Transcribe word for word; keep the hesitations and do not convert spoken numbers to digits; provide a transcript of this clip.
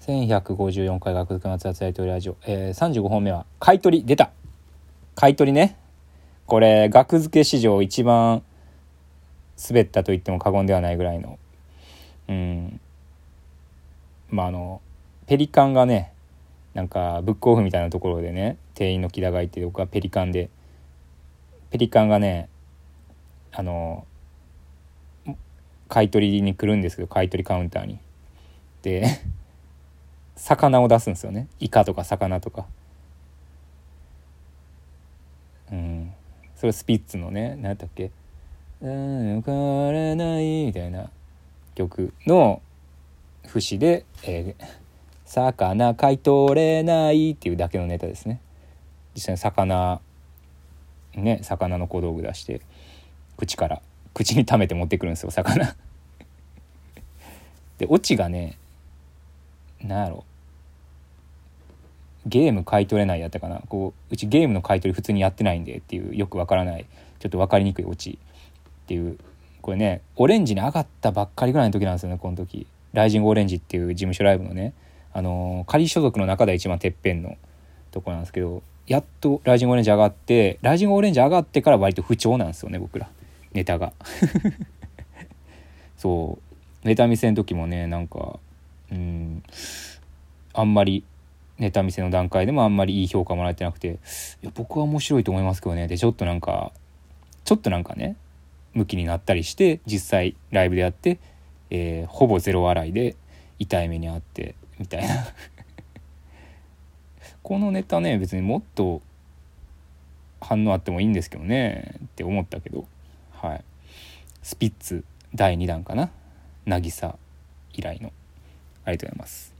せんひゃくごじゅうよんかい学付け松厚大統領ラジオ、えー、さんじゅうごほんめは買い取り。出た買い取りね。これ学付け史上一番滑ったと言っても過言ではないぐらいの、うんまああのペリカンがね、なんかブックオフみたいなところでね、店員の木田がいて、僕はペリカンで、ペリカンがね、あの買い取りに来るんですけど、買い取りカウンターにで魚を出すんですよね。イカとか魚とか、うんそれスピッツのね、何だっけ、抜かれないみたいな曲の節で、えー、魚買い取れないっていうだけのネタですね。実際に魚ね、魚の小道具出して口から口に溜めて持ってくるんですよ、魚でオチがね、なんやろ、ゲーム買い取れないやったかな、こううちゲームの買い取り普通にやってないんでっていう、よくわからない、ちょっと分かりにくいオチっていう。これね、オレンジに上がったばっかりぐらいの時なんですよね。この時ライジングオレンジっていう事務所ライブのね、あのー、仮所属の中で一番てっぺんのとこなんですけど、やっとライジングオレンジ上がって、ライジングオレンジ上がってから割と不調なんですよね、僕らネタがそうネタ見せの時もね、なんかうんあんまりネタ見せの段階でもあんまりいい評価もらえてなくて、いや僕は面白いと思いますけどね、でちょっとなんかちょっとなんかね向きになったりして、実際ライブでやって、えー、ほぼゼロ笑いで痛い目にあってみたいなこのネタね、別にもっと反応あってもいいんですけどねって思ったけど、はい、スピッツだいにだんかな、渚以来の。ありがとうございます。